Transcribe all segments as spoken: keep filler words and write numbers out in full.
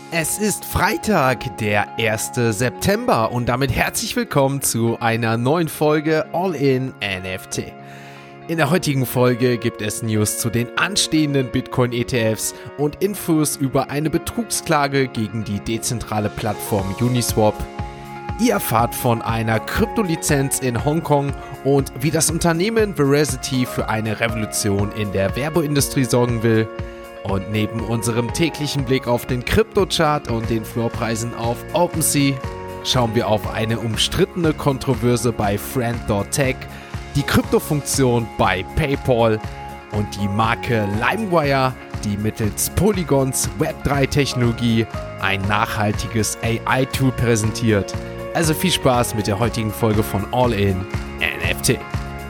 Es ist Freitag, der erste September und damit herzlich willkommen zu einer neuen Folge All in N F T. In der heutigen Folge gibt es News zu den anstehenden Bitcoin-E T Fs und Infos über eine Betrugsklage gegen die dezentrale Plattform Uniswap. Ihr erfahrt von einer Kryptolizenz in Hongkong und wie das Unternehmen Veracity für eine Revolution in der Werbeindustrie sorgen will. Und neben unserem täglichen Blick auf den Kryptochart und den Floorpreisen auf OpenSea schauen wir auf eine umstrittene Kontroverse bei Friend Punkt Tech, die Kryptofunktion bei PayPal und die Marke LimeWire, die mittels Polygons Web drei Technologie ein nachhaltiges A I-Tool präsentiert. Also viel Spaß mit der heutigen Folge von All in N F T.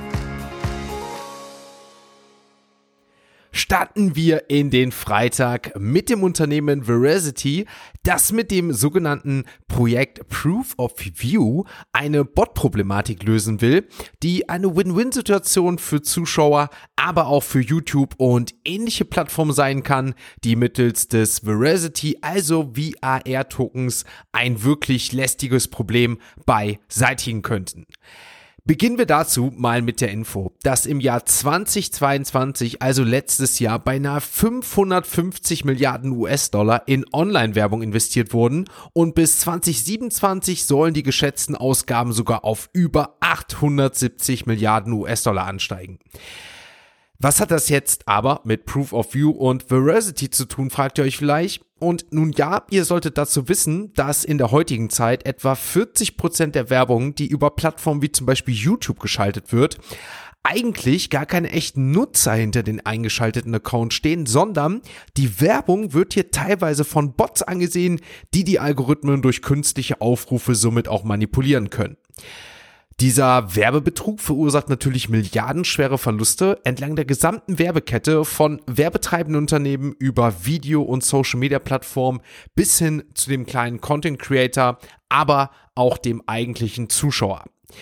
Starten wir in den Freitag mit dem Unternehmen Veracity, das mit dem sogenannten Projekt Proof of View eine Bot-Problematik lösen will, die eine Win-Win-Situation für Zuschauer, aber auch für YouTube und ähnliche Plattformen sein kann, die mittels des Veracity, also V R R-Tokens, ein wirklich lästiges Problem beseitigen könnten. Beginnen wir dazu mal mit der Info, dass im Jahr zweitausendzweiundzwanzig, also letztes Jahr, beinahe fünfhundertfünfzig Milliarden U S-Dollar in Online-Werbung investiert wurden und bis zweitausendsiebenundzwanzig sollen die geschätzten Ausgaben sogar auf über achthundertsiebzig Milliarden U S-Dollar ansteigen. Was hat das jetzt aber mit Proof of View und Veracity zu tun, fragt ihr euch vielleicht? Und nun ja, ihr solltet dazu wissen, dass in der heutigen Zeit etwa vierzig Prozent der Werbung, die über Plattformen wie zum Beispiel YouTube geschaltet wird, eigentlich gar keine echten Nutzer hinter den eingeschalteten Accounts stehen, sondern die Werbung wird hier teilweise von Bots angesehen, die die Algorithmen durch künstliche Aufrufe somit auch manipulieren können. Dieser Werbebetrug verursacht natürlich milliardenschwere Verluste entlang der gesamten Werbekette von werbetreibenden Unternehmen über Video- und Social-Media-Plattformen bis hin zu dem kleinen Content-Creator, aber auch dem eigentlichen Zuschauer.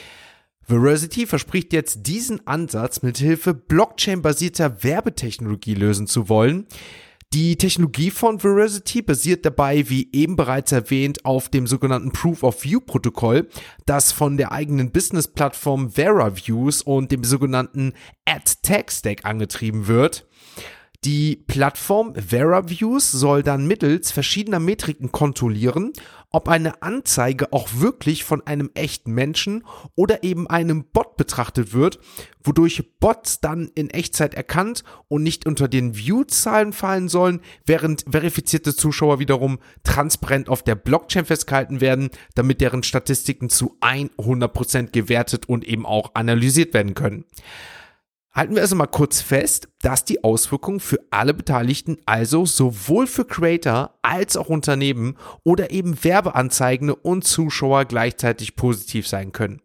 Veracity verspricht jetzt, diesen Ansatz mithilfe Blockchain-basierter Werbetechnologie lösen zu wollen. Die Technologie von Veracity basiert dabei, wie eben bereits erwähnt, auf dem sogenannten Proof of View-Protokoll, das von der eigenen Business-Plattform VeraViews und dem sogenannten Ad-Tech-Stack angetrieben wird. Die Plattform VeraViews soll dann mittels verschiedener Metriken kontrollieren, ob eine Anzeige auch wirklich von einem echten Menschen oder eben einem Bot betrachtet wird, wodurch Bots dann in Echtzeit erkannt und nicht unter den View-Zahlen fallen sollen, während verifizierte Zuschauer wiederum transparent auf der Blockchain festgehalten werden, damit deren Statistiken zu hundert Prozent gewertet und eben auch analysiert werden können. Halten wir also mal kurz fest, dass die Auswirkungen für alle Beteiligten, also sowohl für Creator als auch Unternehmen oder eben Werbeanzeigen und Zuschauer gleichzeitig positiv sein können.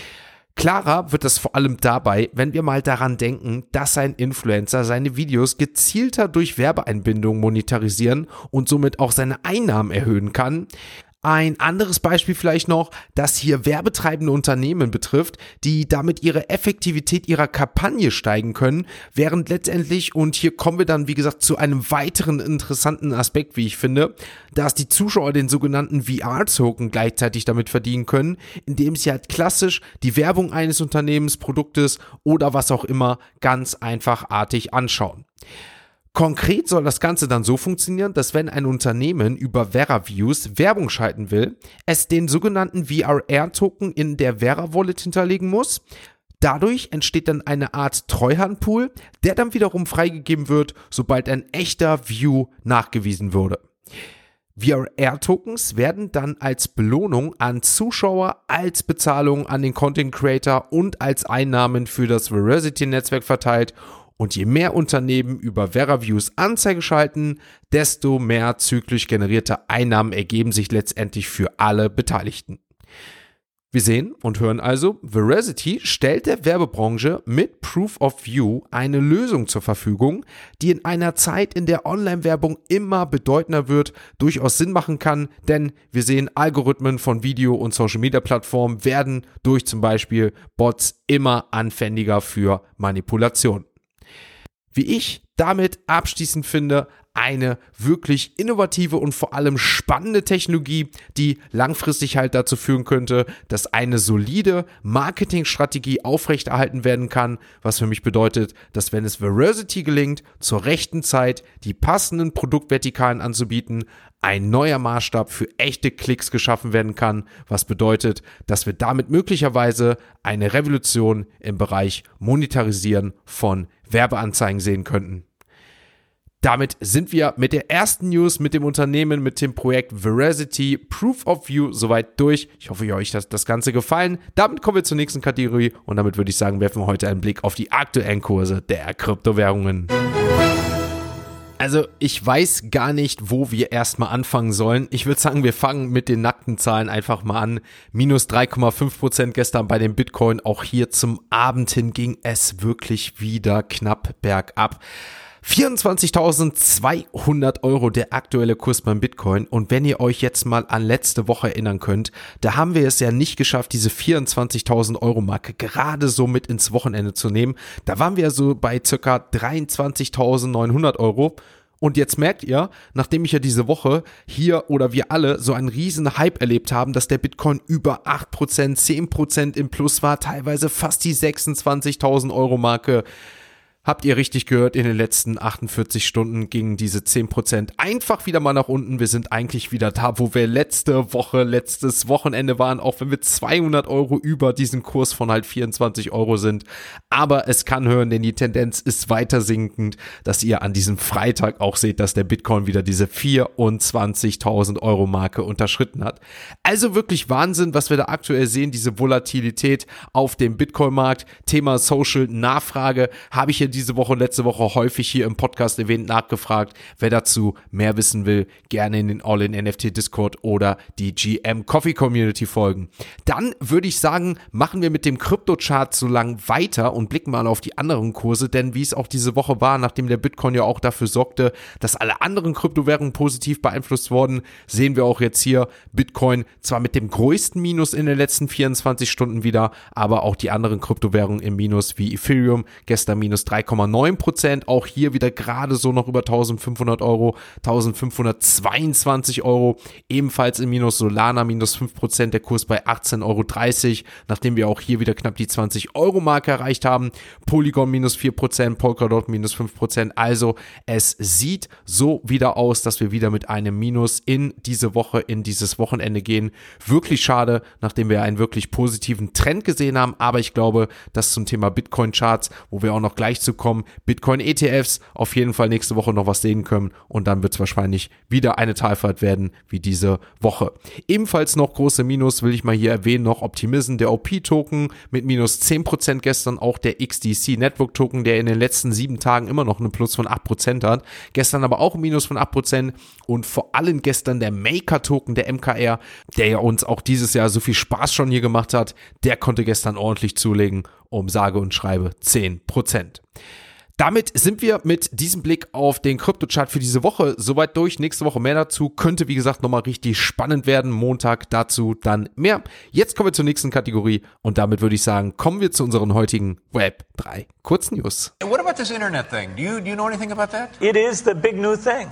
Klarer wird das vor allem dabei, wenn wir mal daran denken, dass ein Influencer seine Videos gezielter durch Werbeeinbindungen monetarisieren und somit auch seine Einnahmen erhöhen kann. Ein anderes Beispiel vielleicht noch, das hier werbetreibende Unternehmen betrifft, die damit ihre Effektivität ihrer Kampagne steigen können, während letztendlich, und hier kommen wir dann wie gesagt zu einem weiteren interessanten Aspekt, wie ich finde, dass die Zuschauer den sogenannten V R-Token gleichzeitig damit verdienen können, indem sie halt klassisch die Werbung eines Unternehmens, Produktes oder was auch immer ganz einfachartig anschauen. Konkret soll das Ganze dann so funktionieren, dass wenn ein Unternehmen über VeraViews Werbung schalten will, es den sogenannten V R R-Token in der Vera-Wallet hinterlegen muss. Dadurch entsteht dann eine Art Treuhandpool, der dann wiederum freigegeben wird, sobald ein echter View nachgewiesen wurde. V R R-Tokens werden dann als Belohnung an Zuschauer, als Bezahlung an den Content Creator und als Einnahmen für das Veracity-Netzwerk verteilt. Und je mehr Unternehmen über VeraViews Anzeige schalten, desto mehr zyklisch generierte Einnahmen ergeben sich letztendlich für alle Beteiligten. Wir sehen und hören also, Veracity stellt der Werbebranche mit Proof of View eine Lösung zur Verfügung, die in einer Zeit, in der Online-Werbung immer bedeutender wird, durchaus Sinn machen kann, denn wir sehen, Algorithmen von Video- und Social-Media-Plattformen werden durch zum Beispiel Bots immer anfälliger für Manipulation. Wie ich damit abschließend finde, eine wirklich innovative und vor allem spannende Technologie, die langfristig halt dazu führen könnte, dass eine solide Marketingstrategie aufrechterhalten werden kann, was für mich bedeutet, dass wenn es Veracity gelingt, zur rechten Zeit die passenden Produktvertikalen anzubieten, ein neuer Maßstab für echte Klicks geschaffen werden kann, was bedeutet, dass wir damit möglicherweise eine Revolution im Bereich Monetarisieren von Werbeanzeigen sehen könnten. Damit sind wir mit der ersten News, mit dem Unternehmen, mit dem Projekt Veracity Proof of View soweit durch. Ich hoffe, euch hat das Ganze gefallen. Damit kommen wir zur nächsten Kategorie und damit würde ich sagen, werfen wir heute einen Blick auf die aktuellen Kurse der Kryptowährungen. Also ich weiß gar nicht, wo wir erstmal anfangen sollen. Ich würde sagen, wir fangen mit den nackten Zahlen einfach mal an. Minus drei Komma fünf Prozent gestern bei dem Bitcoin. Auch hier zum Abend hin ging es wirklich wieder knapp bergab. vierundzwanzigtausendzweihundert Euro der aktuelle Kurs beim Bitcoin. Und wenn ihr euch jetzt mal an letzte Woche erinnern könnt, da haben wir es ja nicht geschafft, diese vierundzwanzigtausend Euro Marke gerade so mit ins Wochenende zu nehmen. Da waren wir so bei ca. dreiundzwanzigtausendneunhundert Euro. Und jetzt merkt ihr, nachdem ich ja diese Woche hier oder wir alle so einen riesen Hype erlebt haben, dass der Bitcoin über acht Prozent, zehn Prozent im Plus war, teilweise fast die sechsundzwanzigtausend Euro Marke. Habt ihr richtig gehört, in den letzten achtundvierzig Stunden gingen diese zehn Prozent einfach wieder mal nach unten. Wir sind eigentlich wieder da, wo wir letzte Woche, letztes Wochenende waren, auch wenn wir zweihundert Euro über diesen Kurs von halt vierundzwanzig Euro sind. Aber es kann hören, denn die Tendenz ist weiter sinkend, dass ihr an diesem Freitag auch seht, dass der Bitcoin wieder diese vierundzwanzigtausend Euro Marke unterschritten hat. Also wirklich Wahnsinn, was wir da aktuell sehen, diese Volatilität auf dem Bitcoin-Markt. Thema Social Nachfrage habe ich hier diese Woche und letzte Woche häufig hier im Podcast erwähnt, nachgefragt. Wer dazu mehr wissen will, gerne in den All-in-N F T Discord oder die G M Coffee Community folgen. Dann würde ich sagen, machen wir mit dem Kryptochart so lang weiter und blicken mal auf die anderen Kurse, denn wie es auch diese Woche war, nachdem der Bitcoin ja auch dafür sorgte, dass alle anderen Kryptowährungen positiv beeinflusst wurden, sehen wir auch jetzt hier Bitcoin zwar mit dem größten Minus in den letzten vierundzwanzig Stunden wieder, aber auch die anderen Kryptowährungen im Minus wie Ethereum, gestern minus drei Komma neun Prozent, auch hier wieder gerade so noch über eintausendfünfhundert Euro, eintausendfünfhundertzweiundzwanzig Euro, ebenfalls im Minus Solana minus fünf Prozent, der Kurs bei achtzehn Euro dreißig, nachdem wir auch hier wieder knapp die zwanzig Euro Marke erreicht haben, Polygon minus vier Prozent, Polkadot minus fünf Prozent, also es sieht so wieder aus, dass wir wieder mit einem Minus in diese Woche, in dieses Wochenende gehen. Wirklich schade, nachdem wir einen wirklich positiven Trend gesehen haben, aber ich glaube, dass zum Thema Bitcoin-Charts, wo wir auch noch gleich zu kommen, Bitcoin-E T Fs auf jeden Fall nächste Woche noch was sehen können und dann wird es wahrscheinlich wieder eine Talfahrt werden wie diese Woche. Ebenfalls noch große Minus will ich mal hier erwähnen, noch Optimism, der O P-Token mit minus zehn Prozent gestern, auch der X D C Network Token, der in den letzten sieben Tagen immer noch einen Plus von acht Prozent hat, gestern aber auch ein Minus von acht Prozent und vor allem gestern der Maker Token, der M K R, der ja uns auch dieses Jahr so viel Spaß schon hier gemacht hat, der konnte gestern ordentlich zulegen, um sage und schreibe zehn Prozent. Damit sind wir mit diesem Blick auf den Kryptochart für diese Woche soweit durch. Nächste Woche mehr dazu. Könnte, wie gesagt, nochmal richtig spannend werden. Montag dazu dann mehr. Jetzt kommen wir zur nächsten Kategorie und damit würde ich sagen, kommen wir zu unseren heutigen Web drei Kurznews. What about this internet thing? Do you, do you know anything about that? It is the big new thing.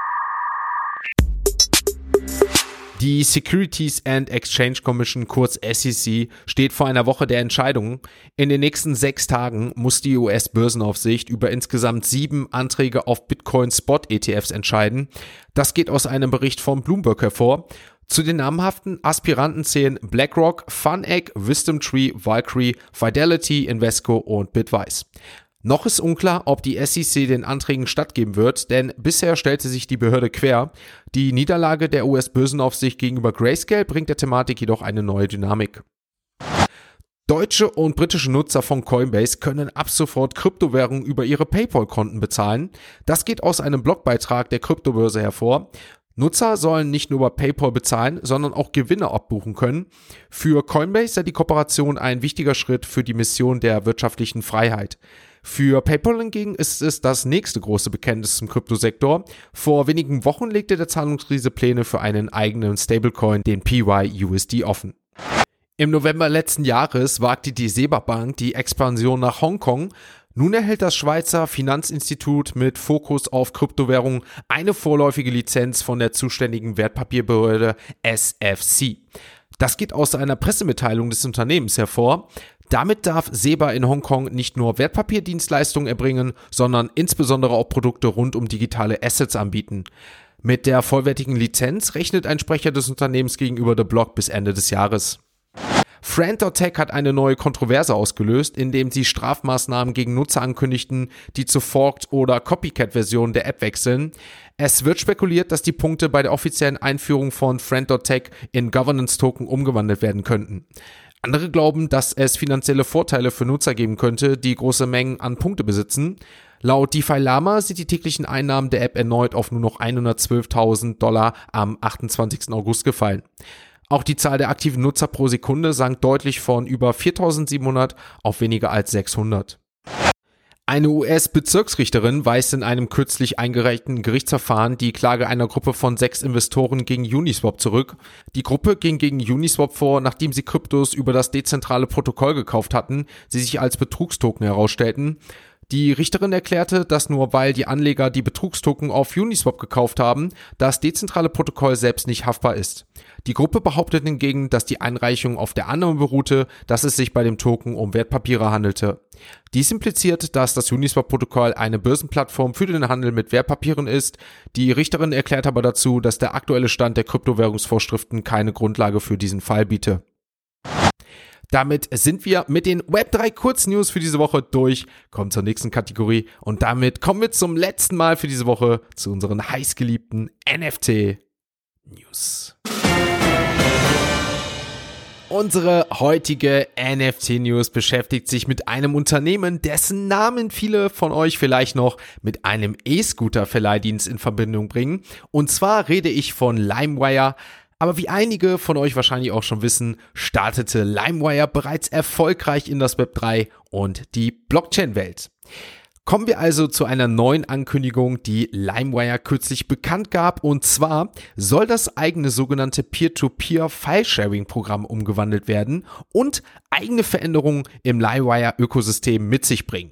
Die Securities and Exchange Commission, kurz S E C, steht vor einer Woche der Entscheidung. In den nächsten sechs Tagen muss die U S-Börsenaufsicht über insgesamt sieben Anträge auf Bitcoin-Spot-E T Fs entscheiden. Das geht aus einem Bericht von Bloomberg hervor. Zu den namhaften Aspiranten zählen BlackRock, FunEgg, WisdomTree, Valkyrie, Fidelity, Invesco und Bitwise. Noch ist unklar, ob die S E C den Anträgen stattgeben wird, denn bisher stellte sich die Behörde quer. Die Niederlage der U S-Börsenaufsicht gegenüber Grayscale bringt der Thematik jedoch eine neue Dynamik. Deutsche und britische Nutzer von Coinbase können ab sofort Kryptowährungen über ihre PayPal-Konten bezahlen. Das geht aus einem Blogbeitrag der Kryptobörse hervor. Nutzer sollen nicht nur über PayPal bezahlen, sondern auch Gewinne abbuchen können. Für Coinbase sei die Kooperation ein wichtiger Schritt für die Mission der wirtschaftlichen Freiheit. Für PayPal hingegen ist es das nächste große Bekenntnis zum Kryptosektor. Vor wenigen Wochen legte der Zahlungsriese Pläne für einen eigenen Stablecoin, den P Y U S D, offen. Im November letzten Jahres wagte die SEBA Bank die Expansion nach Hongkong. Nun erhält das Schweizer Finanzinstitut mit Fokus auf Kryptowährungen eine vorläufige Lizenz von der zuständigen Wertpapierbehörde S F C. Das geht aus einer Pressemitteilung des Unternehmens hervor. Damit darf SEBA in Hongkong nicht nur Wertpapierdienstleistungen erbringen, sondern insbesondere auch Produkte rund um digitale Assets anbieten. Mit der vollwertigen Lizenz rechnet ein Sprecher des Unternehmens gegenüber The Block bis Ende des Jahres. Friend.Tech hat eine neue Kontroverse ausgelöst, indem sie Strafmaßnahmen gegen Nutzer ankündigten, die zu Forked- oder Copycat-Versionen der App wechseln. Es wird spekuliert, dass die Punkte bei der offiziellen Einführung von Friend.Tech in Governance-Token umgewandelt werden könnten. Andere glauben, dass es finanzielle Vorteile für Nutzer geben könnte, die große Mengen an Punkte besitzen. Laut DeFi Lama sind die täglichen Einnahmen der App erneut auf nur noch hundertzwölftausend Dollar am achtundzwanzigsten August gefallen. Auch die Zahl der aktiven Nutzer pro Sekunde sank deutlich von über viertausendsiebenhundert auf weniger als sechshundert. Eine U S-Bezirksrichterin weist in einem kürzlich eingereichten Gerichtsverfahren die Klage einer Gruppe von sechs Investoren gegen Uniswap zurück. Die Gruppe ging gegen Uniswap vor, nachdem sie Kryptos über das dezentrale Protokoll gekauft hatten, die sich als Betrugstoken herausstellten. Die Richterin erklärte, dass nur weil die Anleger die Betrugstoken auf Uniswap gekauft haben, das dezentrale Protokoll selbst nicht haftbar ist. Die Gruppe behauptet hingegen, dass die Einreichung auf der Annahme beruhte, dass es sich bei dem Token um Wertpapiere handelte. Dies impliziert, dass das Uniswap-Protokoll eine Börsenplattform für den Handel mit Wertpapieren ist. Die Richterin erklärt aber dazu, dass der aktuelle Stand der Kryptowährungsvorschriften keine Grundlage für diesen Fall biete. Damit sind wir mit den Web drei Kurznews für diese Woche durch. Kommen zur nächsten Kategorie und damit kommen wir zum letzten Mal für diese Woche zu unseren heißgeliebten N F T-News. Unsere heutige N F T-News beschäftigt sich mit einem Unternehmen, dessen Namen viele von euch vielleicht noch mit einem E-Scooter-Verleihdienst in Verbindung bringen. Und zwar rede ich von LimeWire. Aber wie einige von euch wahrscheinlich auch schon wissen, startete LimeWire bereits erfolgreich in das Web drei und die Blockchain-Welt. Kommen wir also zu einer neuen Ankündigung, die LimeWire kürzlich bekannt gab, und zwar soll das eigene sogenannte Peer-to-Peer-File-Sharing-Programm umgewandelt werden und eigene Veränderungen im LimeWire-Ökosystem mit sich bringen.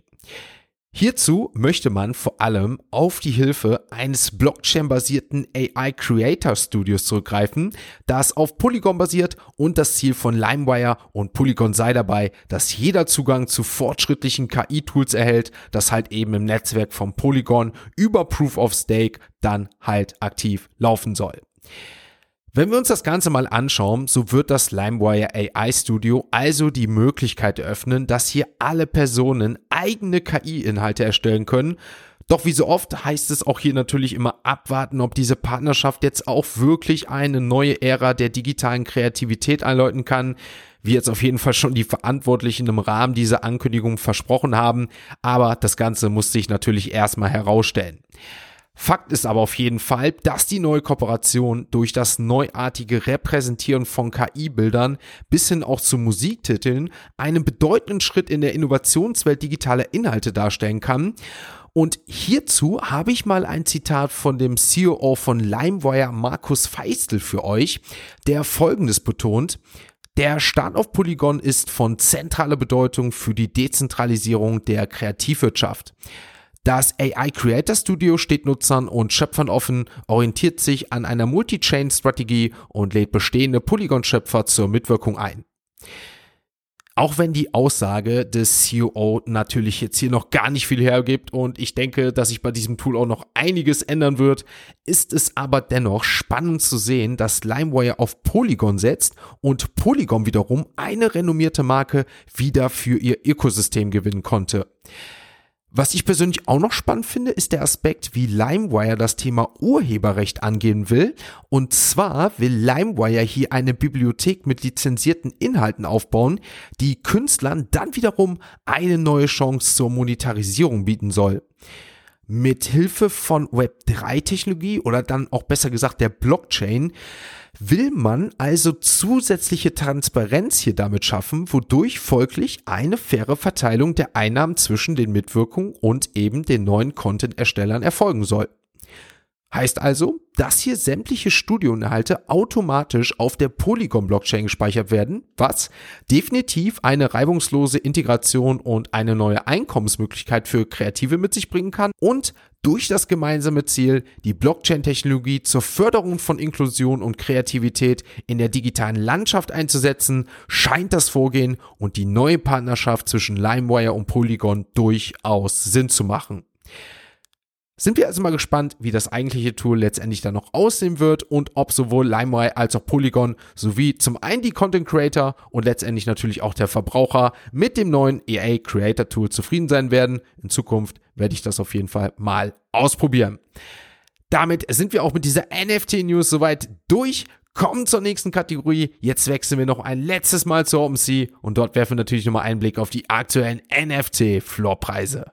Hierzu möchte man vor allem auf die Hilfe eines Blockchain-basierten A I-Creator-Studios zurückgreifen, das auf Polygon basiert, und das Ziel von LimeWire und Polygon sei dabei, dass jeder Zugang zu fortschrittlichen K I-Tools erhält, das halt eben im Netzwerk von Polygon über Proof of Stake dann halt aktiv laufen soll. Wenn wir uns das Ganze mal anschauen, so wird das LimeWire A I Studio also die Möglichkeit eröffnen, dass hier alle Personen eigene K I-Inhalte erstellen können. Doch wie so oft heißt es auch hier natürlich immer abwarten, ob diese Partnerschaft jetzt auch wirklich eine neue Ära der digitalen Kreativität einläuten kann, wie jetzt auf jeden Fall schon die Verantwortlichen im Rahmen dieser Ankündigung versprochen haben. Aber das Ganze muss sich natürlich erstmal herausstellen. Fakt ist aber auf jeden Fall, dass die neue Kooperation durch das neuartige Repräsentieren von K I-Bildern bis hin auch zu Musiktiteln einen bedeutenden Schritt in der Innovationswelt digitaler Inhalte darstellen kann. Und hierzu habe ich mal ein Zitat von dem C E O von LimeWire, Markus Feistel, für euch, der Folgendes betont: Der Start auf Polygon ist von zentraler Bedeutung für die Dezentralisierung der Kreativwirtschaft. Das A I Creator Studio steht Nutzern und Schöpfern offen, orientiert sich an einer Multi-Chain-Strategie und lädt bestehende Polygon-Schöpfer zur Mitwirkung ein. Auch wenn die Aussage des C E O natürlich jetzt hier noch gar nicht viel hergibt und ich denke, dass sich bei diesem Tool auch noch einiges ändern wird, ist es aber dennoch spannend zu sehen, dass LimeWire auf Polygon setzt und Polygon wiederum eine renommierte Marke wieder für ihr Ökosystem gewinnen konnte. Was ich persönlich auch noch spannend finde, ist der Aspekt, wie LimeWire das Thema Urheberrecht angehen will. Und zwar will LimeWire hier eine Bibliothek mit lizenzierten Inhalten aufbauen, die Künstlern dann wiederum eine neue Chance zur Monetarisierung bieten soll. Mit Hilfe von Web drei Technologie oder dann auch besser gesagt der Blockchain will man also zusätzliche Transparenz hier damit schaffen, wodurch folglich eine faire Verteilung der Einnahmen zwischen den Mitwirkungen und eben den neuen Content-Erstellern erfolgen soll. Heißt also, dass hier sämtliche Studioinhalte automatisch auf der Polygon-Blockchain gespeichert werden, was definitiv eine reibungslose Integration und eine neue Einkommensmöglichkeit für Kreative mit sich bringen kann und durch das gemeinsame Ziel, die Blockchain-Technologie zur Förderung von Inklusion und Kreativität in der digitalen Landschaft einzusetzen, scheint das Vorgehen und die neue Partnerschaft zwischen LimeWire und Polygon durchaus Sinn zu machen. Sind wir also mal gespannt, wie das eigentliche Tool letztendlich dann noch aussehen wird und ob sowohl LimeWire als auch Polygon sowie zum einen die Content Creator und letztendlich natürlich auch der Verbraucher mit dem neuen E A Creator Tool zufrieden sein werden. In Zukunft werde ich das auf jeden Fall mal ausprobieren. Damit sind wir auch mit dieser N F T-News soweit durch. Kommen zur nächsten Kategorie. Jetzt wechseln wir noch ein letztes Mal zur OpenSea und dort werfen wir natürlich nochmal einen Blick auf die aktuellen N F T-Floorpreise.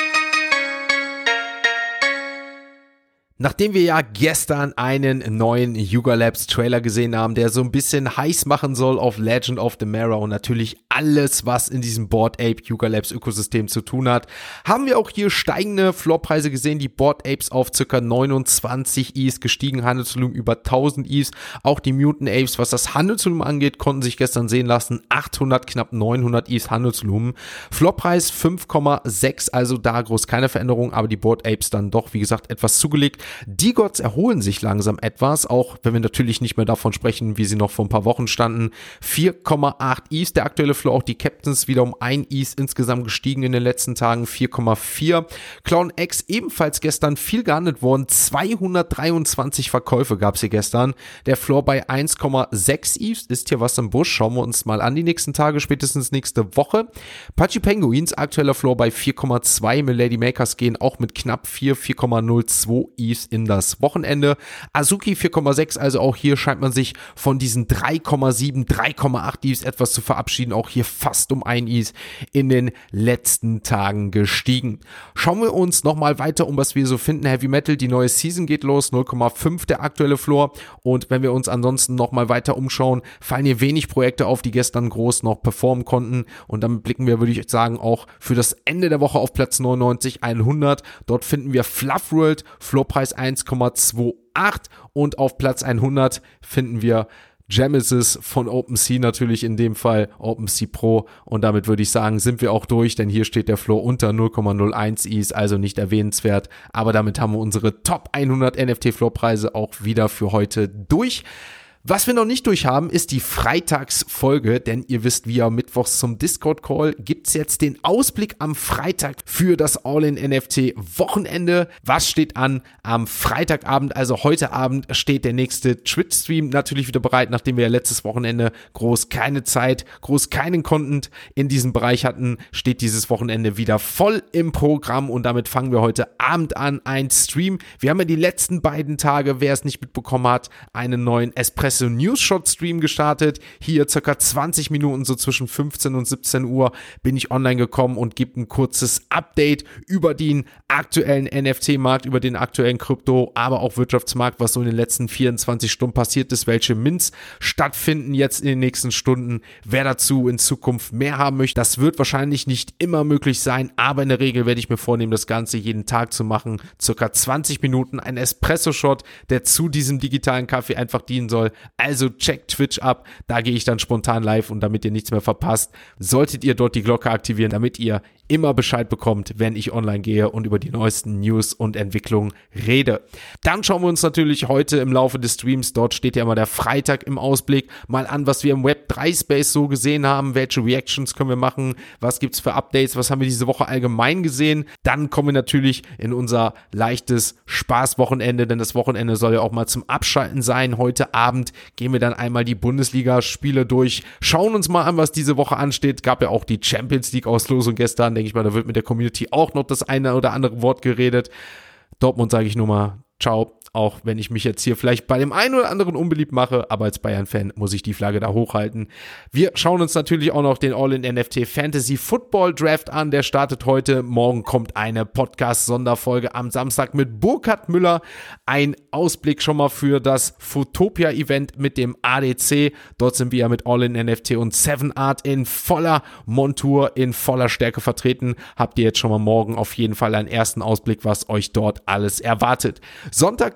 Nachdem wir ja gestern einen neuen Yuga Labs Trailer gesehen haben, der so ein bisschen heiß machen soll auf Legend of the Mara und natürlich alles, was in diesem Bored Ape Yuga Labs Ökosystem zu tun hat, haben wir auch hier steigende Floorpreise gesehen. Die Bored Apes auf ca. neunundzwanzig E T H gestiegen, Handelsvolumen über tausend E T H. Auch die Mutant Apes, was das Handelsvolumen angeht, konnten sich gestern sehen lassen. achthundert, knapp neunhundert E T H Handelsvolumen. Floorpreis fünf Komma sechs, also da groß keine Veränderung, aber die Bored Apes dann doch, wie gesagt, etwas zugelegt. Die Gods erholen sich langsam etwas, auch wenn wir natürlich nicht mehr davon sprechen, wie sie noch vor ein paar Wochen standen. vier Komma acht E T H, der aktuelle Floor, auch die Captains wieder um ein E T H insgesamt gestiegen in den letzten Tagen, vier Komma vier. Clown X ebenfalls gestern viel gehandelt worden, zweihundertdreiundzwanzig Verkäufe gab es hier gestern. Der Floor bei eins Komma sechs E T H, ist hier was im Busch, schauen wir uns mal an die nächsten Tage, spätestens nächste Woche. Pudgy Penguins, aktueller Floor bei vier Komma zwei, Milady Makers gehen auch mit knapp vier, vier Komma null zwei E T H in das Wochenende. Azuki vier Komma sechs, also auch hier scheint man sich von diesen drei Komma sieben, drei Komma acht E T H etwas zu verabschieden. Auch hier fast um ein E T H in den letzten Tagen gestiegen. Schauen wir uns nochmal weiter um, was wir so finden. Heavy Metal, die neue Season geht los, null Komma fünf der aktuelle Floor. Und wenn wir uns ansonsten nochmal weiter umschauen, fallen hier wenig Projekte auf, die gestern groß noch performen konnten. Und damit blicken wir, würde ich sagen, auch für das Ende der Woche auf Platz neunundneunzig, hundert. Dort finden wir Fluff World, Floorpreis eins Komma achtundzwanzig und auf Platz hundert finden wir Genesis von OpenSea, natürlich in dem Fall OpenSea Pro, und damit würde ich sagen, sind wir auch durch, denn hier steht der Floor unter null Komma null eins E T H, also nicht erwähnenswert, aber damit haben wir unsere Top hundert N F T-Floorpreise auch wieder für heute durch. Was wir noch nicht durch haben, ist die Freitagsfolge, denn ihr wisst, wie ja mittwochs zum Discord-Call gibt's jetzt den Ausblick am Freitag für das All-in-N F T-Wochenende. Was steht an? Am Freitagabend, also heute Abend, steht der nächste Twitch-Stream natürlich wieder bereit, nachdem wir ja letztes Wochenende groß keine Zeit, groß keinen Content in diesem Bereich hatten, steht dieses Wochenende wieder voll im Programm und damit fangen wir heute Abend an, ein Stream. Wir haben ja die letzten beiden Tage, wer es nicht mitbekommen hat, einen neuen Espresso News Shot Stream gestartet. Hier circa zwanzig Minuten, so zwischen fünfzehn und siebzehn Uhr bin ich online gekommen und gebe ein kurzes Update über den aktuellen N F T-Markt, über den aktuellen Krypto, aber auch Wirtschaftsmarkt, was so in den letzten vierundzwanzig Stunden passiert ist, welche Mints stattfinden jetzt in den nächsten Stunden. Wer dazu in Zukunft mehr haben möchte, das wird wahrscheinlich nicht immer möglich sein, aber in der Regel werde ich mir vornehmen, das Ganze jeden Tag zu machen. Circa zwanzig Minuten, ein Espresso-Shot, der zu diesem digitalen Kaffee einfach dienen soll. Also checkt Twitch ab, da gehe ich dann spontan live und damit ihr nichts mehr verpasst, solltet ihr dort die Glocke aktivieren, damit ihr immer Bescheid bekommt, wenn ich online gehe und über die neuesten News und Entwicklungen rede. Dann schauen wir uns natürlich heute im Laufe des Streams, dort steht ja immer der Freitag im Ausblick, mal an, was wir im Web drei Space so gesehen haben, welche Reactions können wir machen, was gibt's für Updates, was haben wir diese Woche allgemein gesehen. Dann kommen wir natürlich in unser leichtes Spaßwochenende, denn das Wochenende soll ja auch mal zum Abschalten sein. Heute Abend gehen wir dann einmal die Bundesliga-Spiele durch, schauen uns mal an, was diese Woche ansteht. Gab ja auch die Champions League-Auslosung gestern, denke ich mal, da wird mit der Community auch noch das eine oder andere Wort geredet. Dortmund sage ich nur mal, ciao. Auch wenn ich mich jetzt hier vielleicht bei dem einen oder anderen unbeliebt mache, aber als Bayern-Fan muss ich die Flagge da hochhalten. Wir schauen uns natürlich auch noch den All-in-N F T Fantasy Football Draft an, der startet heute. Morgen kommt eine Podcast-Sonderfolge am Samstag mit Burkhard Müller. Ein Ausblick schon mal für das Photopia-Event mit dem A D C. Dort sind wir ja mit All-in-N F T und Seven Art in voller Montur, in voller Stärke vertreten. Habt ihr jetzt schon mal morgen auf jeden Fall einen ersten Ausblick, was euch dort alles erwartet. Sonntag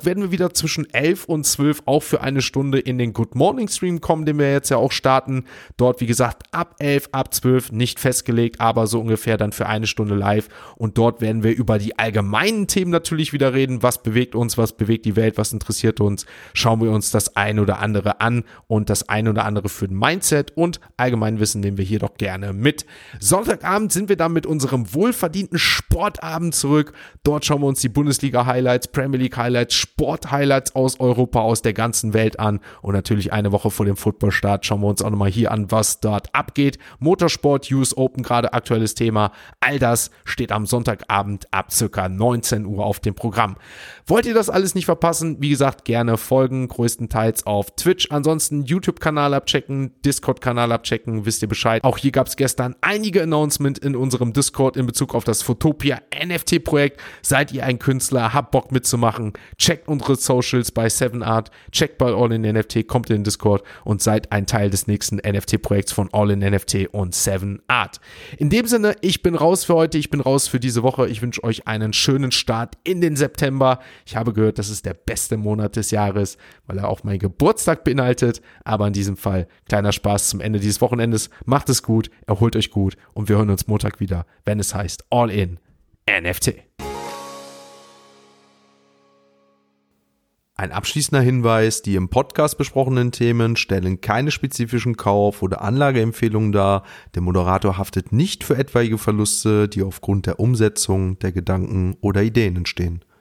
Montag werden wir wieder zwischen elf und zwölf auch für eine Stunde in den Good Morning Stream kommen, den wir jetzt ja auch starten. Dort, wie gesagt, ab elf, ab zwölf, nicht festgelegt, aber so ungefähr dann für eine Stunde live. Und dort werden wir über die allgemeinen Themen natürlich wieder reden. Was bewegt uns, was bewegt die Welt, was interessiert uns? Schauen wir uns das ein oder andere an und das ein oder andere für ein Mindset und Allgemeinwissen nehmen wir hier doch gerne mit. Sonntagabend sind wir dann mit unserem wohlverdienten Sportabend zurück. Dort schauen wir uns die Bundesliga-Highlights, Premier League-Highlights, Sport-Highlights aus Europa, aus der ganzen Welt an. Und natürlich eine Woche vor dem Footballstart schauen wir uns auch nochmal hier an, was dort abgeht. Motorsport, U S Open, gerade aktuelles Thema. All das steht am Sonntagabend ab circa neunzehn Uhr auf dem Programm. Wollt ihr das alles nicht verpassen? Wie gesagt, gerne folgen, größtenteils auf Twitch. Ansonsten YouTube-Kanal abchecken, Discord-Kanal abchecken, wisst ihr Bescheid. Auch hier gab es gestern einige Announcements in unserem Discord in Bezug auf das Photopia N F T-Projekt. Seid ihr ein Künstler, habt Bock mitzumachen, checkt unsere Socials bei seven art, checkt bei All in N F T, kommt in den Discord und seid ein Teil des nächsten N F T-Projekts von All in N F T und seven art. In dem Sinne, ich bin raus für heute, ich bin raus für diese Woche. Ich wünsche euch einen schönen Start in den September. Ich habe gehört, das ist der beste Monat des Jahres, weil er auch meinen Geburtstag beinhaltet. Aber in diesem Fall kleiner Spaß zum Ende dieses Wochenendes. Macht es gut, erholt euch gut und wir hören uns Montag wieder, wenn es heißt All in N F T. Ein abschließender Hinweis, die im Podcast besprochenen Themen stellen keine spezifischen Kauf- oder Anlageempfehlungen dar. Der Moderator haftet nicht für etwaige Verluste, die aufgrund der Umsetzung der Gedanken oder Ideen entstehen.